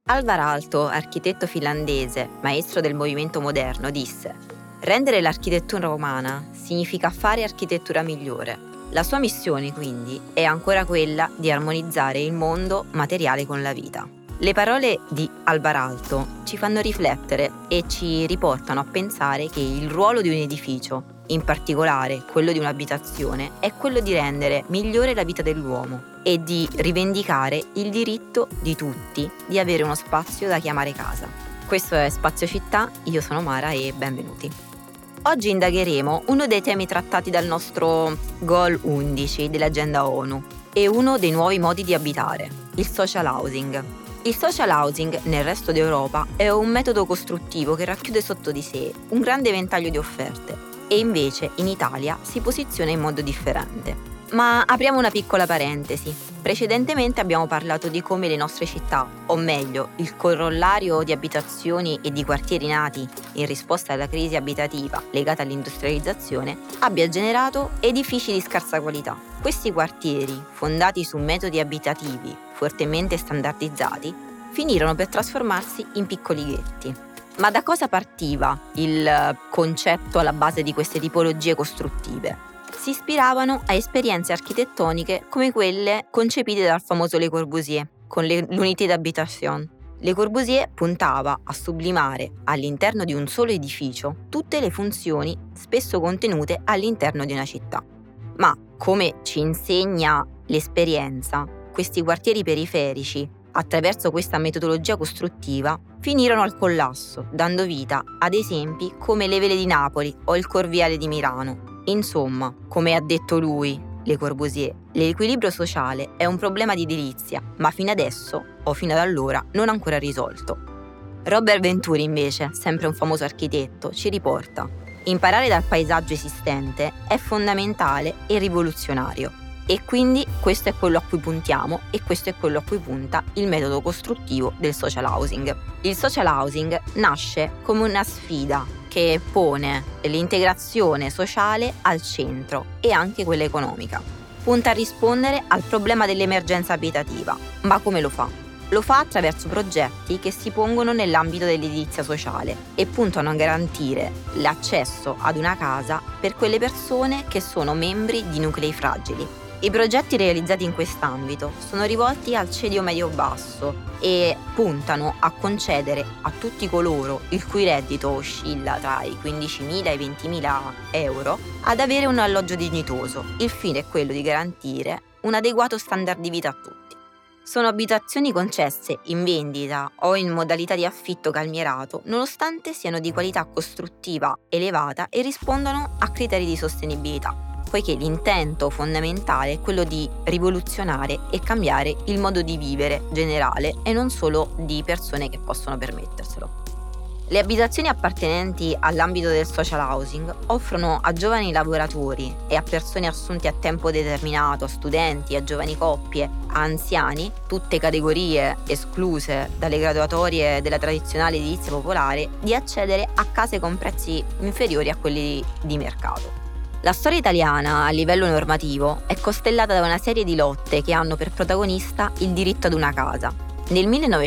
Alvar Aalto, architetto finlandese, maestro del movimento moderno, disse: «Rendere l'architettura umana significa fare architettura migliore». La sua missione, quindi, è ancora quella di armonizzare il mondo materiale con la vita. Le parole di Alvar Aalto ci fanno riflettere e ci riportano a pensare che il ruolo di un edificio, in particolare quello di un'abitazione, è quello di rendere migliore la vita dell'uomo e di rivendicare il diritto di tutti di avere uno spazio da chiamare casa. Questo è Spazio Città, io sono Mara e benvenuti. Oggi indagheremo uno dei temi trattati dal nostro Goal 11 dell'Agenda ONU e uno dei nuovi modi di abitare, il social housing. Il social housing nel resto d'Europa è un metodo costruttivo che racchiude sotto di sé un grande ventaglio di offerte e invece in Italia si posiziona in modo differente. Ma apriamo una piccola parentesi. Precedentemente abbiamo parlato di come le nostre città, o meglio, il corollario di abitazioni e di quartieri nati in risposta alla crisi abitativa legata all'industrializzazione, abbia generato edifici di scarsa qualità. Questi quartieri, fondati su metodi abitativi fortemente standardizzati, finirono per trasformarsi in piccoli ghetti. Ma da cosa partiva il concetto alla base di queste tipologie costruttive? Si ispiravano a esperienze architettoniche come quelle concepite dal famoso Le Corbusier, con l'unité d'habitation. Le Corbusier puntava a sublimare all'interno di un solo edificio tutte le funzioni spesso contenute all'interno di una città. Ma, come ci insegna l'esperienza, questi quartieri periferici, attraverso questa metodologia costruttiva, finirono al collasso, dando vita ad esempi come le Vele di Napoli o il Corviale di Milano. Insomma, come ha detto lui, Le Corbusier, l'equilibrio sociale è un problema di edilizia, ma fino adesso, o fino ad allora, non ancora risolto. Robert Venturi, invece, sempre un famoso architetto, ci riporta: imparare dal paesaggio esistente è fondamentale e rivoluzionario. E quindi questo è quello a cui puntiamo e questo è quello a cui punta il metodo costruttivo del social housing. Il social housing nasce come una sfida che pone l'integrazione sociale al centro e anche quella economica. Punta a rispondere al problema dell'emergenza abitativa. Ma come lo fa? Lo fa attraverso progetti che si pongono nell'ambito dell'edilizia sociale e puntano a garantire l'accesso ad una casa per quelle persone che sono membri di nuclei fragili. I progetti realizzati in quest'ambito sono rivolti al ceto medio-basso e puntano a concedere a tutti coloro il cui reddito oscilla tra i 15.000 e i 20.000 euro ad avere un alloggio dignitoso. Il fine è quello di garantire un adeguato standard di vita a tutti. Sono abitazioni concesse in vendita o in modalità di affitto calmierato, nonostante siano di qualità costruttiva elevata e rispondano a criteri di sostenibilità, poiché l'intento fondamentale è quello di rivoluzionare e cambiare il modo di vivere generale e non solo di persone che possono permetterselo. Le abitazioni appartenenti all'ambito del social housing offrono a giovani lavoratori e a persone assunte a tempo determinato, a studenti, a giovani coppie, a anziani, tutte categorie escluse dalle graduatorie della tradizionale edilizia popolare, di accedere a case con prezzi inferiori a quelli di mercato. La storia italiana a livello normativo è costellata da una serie di lotte che hanno per protagonista il diritto ad una casa. Nel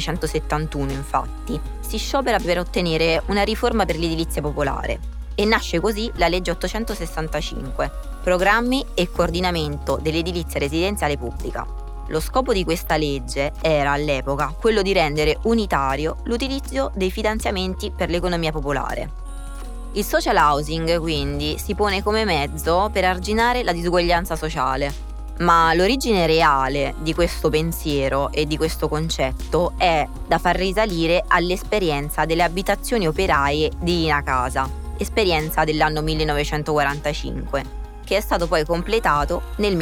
1971, infatti, si sciopera per ottenere una riforma per l'edilizia popolare e nasce così la legge 865, Programmi e coordinamento dell'edilizia residenziale pubblica. Lo scopo di questa legge era all'epoca quello di rendere unitario l'utilizzo dei finanziamenti per l'economia popolare. Il social housing, quindi, si pone come mezzo per arginare la disuguaglianza sociale, ma l'origine reale di questo pensiero e di questo concetto è da far risalire all'esperienza delle abitazioni operaie di Lina Casa, esperienza dell'anno 1945, che è stato poi completato nel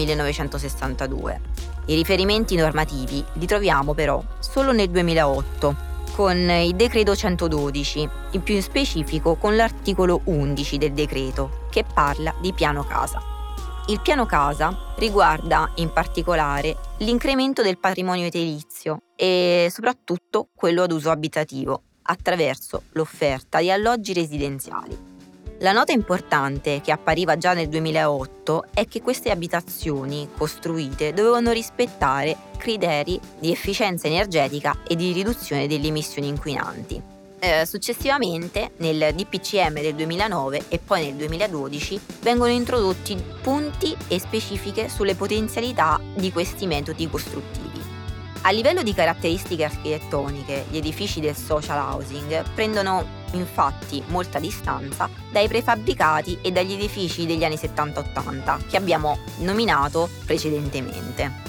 1962. I riferimenti normativi li troviamo però solo nel 2008, con il decreto 112, in più specifico con l'articolo 11 del decreto, che parla di piano casa. Il piano casa riguarda in particolare l'incremento del patrimonio edilizio e soprattutto quello ad uso abitativo, attraverso l'offerta di alloggi residenziali. La nota importante che appariva già nel 2008 è che queste abitazioni costruite dovevano rispettare criteri di efficienza energetica e di riduzione delle emissioni inquinanti. Successivamente, nel DPCM del 2009 e poi nel 2012, vengono introdotti punti e specifiche sulle potenzialità di questi metodi costruttivi. A livello di caratteristiche architettoniche, gli edifici del social housing prendono infatti molta distanza dai prefabbricati e dagli edifici degli anni 70-80 che abbiamo nominato precedentemente.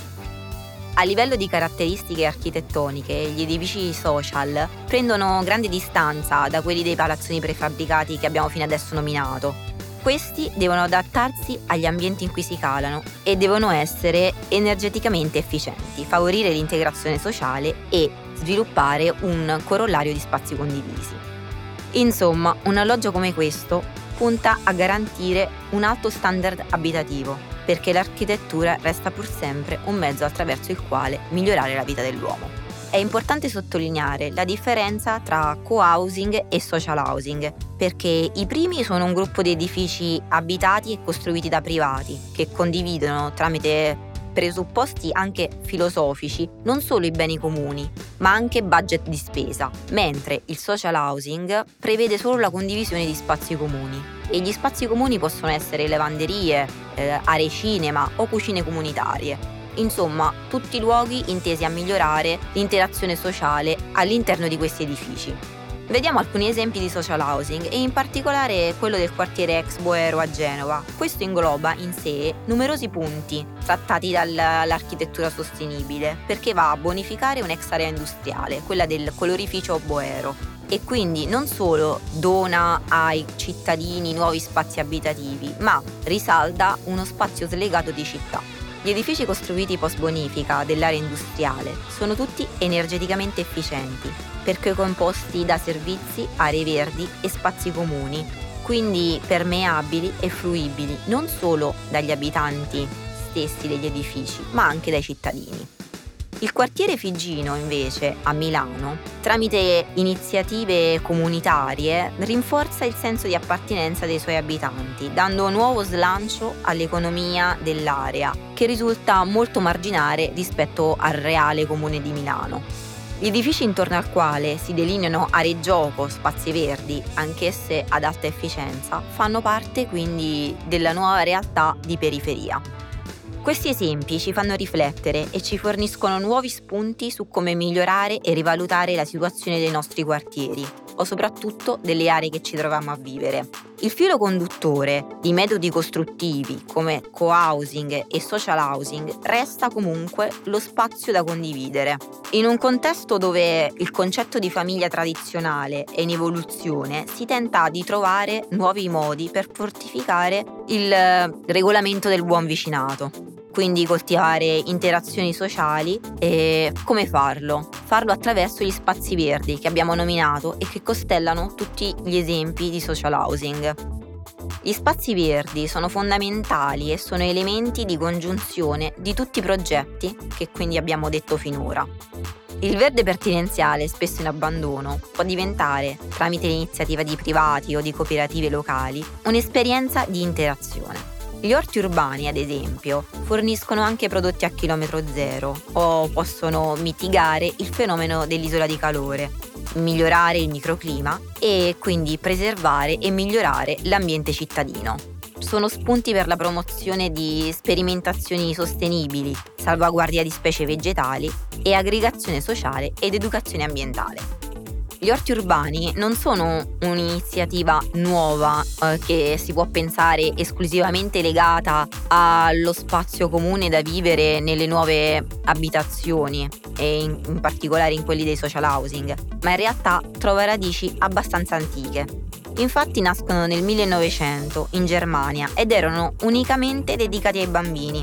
A livello di caratteristiche architettoniche, gli edifici social prendono grande distanza da quelli dei palazzoni prefabbricati che abbiamo fino adesso nominato. Questi devono adattarsi agli ambienti in cui si calano e devono essere energeticamente efficienti, favorire l'integrazione sociale e sviluppare un corollario di spazi condivisi. Insomma, un alloggio come questo punta a garantire un alto standard abitativo, perché l'architettura resta pur sempre un mezzo attraverso il quale migliorare la vita dell'uomo. È importante sottolineare la differenza tra co-housing e social housing, perché i primi sono un gruppo di edifici abitati e costruiti da privati, che condividono tramite presupposti anche filosofici non solo i beni comuni, ma anche budget di spesa, mentre il social housing prevede solo la condivisione di spazi comuni. E gli spazi comuni possono essere lavanderie, aree cinema o cucine comunitarie. Insomma, tutti luoghi intesi a migliorare l'interazione sociale all'interno di questi edifici. Vediamo alcuni esempi di social housing e in particolare quello del quartiere ex Boero a Genova. Questo ingloba in sé numerosi punti trattati dall'architettura sostenibile, perché va a bonificare un'ex area industriale, quella del colorificio Boero, e quindi non solo dona ai cittadini nuovi spazi abitativi, ma risalda uno spazio slegato di città. Gli edifici costruiti post-bonifica dell'area industriale sono tutti energeticamente efficienti, perché composti da servizi, aree verdi e spazi comuni, quindi permeabili e fruibili non solo dagli abitanti stessi degli edifici, ma anche dai cittadini. Il quartiere Figino, invece, a Milano, tramite iniziative comunitarie, rinforza il senso di appartenenza dei suoi abitanti, dando nuovo slancio all'economia dell'area, che risulta molto marginale rispetto al reale comune di Milano. Gli edifici intorno al quale si delineano aree gioco, spazi verdi, anch'esse ad alta efficienza, fanno parte quindi della nuova realtà di periferia. Questi esempi ci fanno riflettere e ci forniscono nuovi spunti su come migliorare e rivalutare la situazione dei nostri quartieri, o soprattutto delle aree che ci troviamo a vivere. Il filo conduttore di metodi costruttivi come co-housing e social housing resta comunque lo spazio da condividere. In un contesto dove il concetto di famiglia tradizionale è in evoluzione, si tenta di trovare nuovi modi per fortificare il regolamento del buon vicinato. Quindi coltivare interazioni sociali e come farlo? Farlo attraverso gli spazi verdi che abbiamo nominato e che costellano tutti gli esempi di social housing. Gli spazi verdi sono fondamentali e sono elementi di congiunzione di tutti i progetti che quindi abbiamo detto finora. Il verde pertinenziale, spesso in abbandono, può diventare, tramite l'iniziativa di privati o di cooperative locali, un'esperienza di interazione. Gli orti urbani, ad esempio, forniscono anche prodotti a chilometro zero o possono mitigare il fenomeno dell'isola di calore, migliorare il microclima e quindi preservare e migliorare l'ambiente cittadino. Sono spunti per la promozione di sperimentazioni sostenibili, salvaguardia di specie vegetali e aggregazione sociale ed educazione ambientale. Gli orti urbani non sono un'iniziativa nuova che si può pensare esclusivamente legata allo spazio comune da vivere nelle nuove abitazioni e in particolare in quelli dei social housing, ma in realtà trova radici abbastanza antiche. Infatti nascono nel 1900 in Germania ed erano unicamente dedicati ai bambini.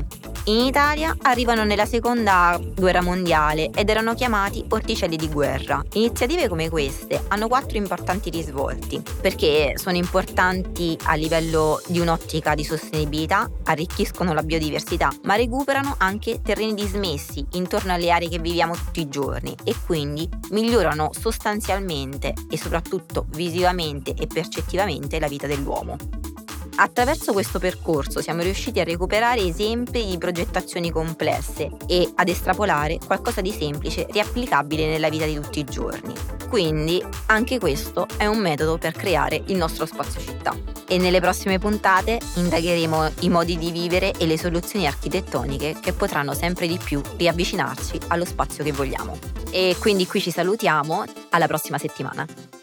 In Italia arrivano nella seconda guerra mondiale ed erano chiamati orticelli di guerra. Iniziative come queste hanno 4 importanti risvolti, perché sono importanti a livello di un'ottica di sostenibilità, arricchiscono la biodiversità, ma recuperano anche terreni dismessi intorno alle aree che viviamo tutti i giorni e quindi migliorano sostanzialmente e soprattutto visivamente e percettivamente la vita dell'uomo. Attraverso questo percorso siamo riusciti a recuperare esempi di progettazioni complesse e ad estrapolare qualcosa di semplice riapplicabile nella vita di tutti i giorni. Quindi anche questo è un metodo per creare il nostro spazio città. E nelle prossime puntate indagheremo i modi di vivere e le soluzioni architettoniche che potranno sempre di più riavvicinarci allo spazio che vogliamo. E quindi qui ci salutiamo, alla prossima settimana.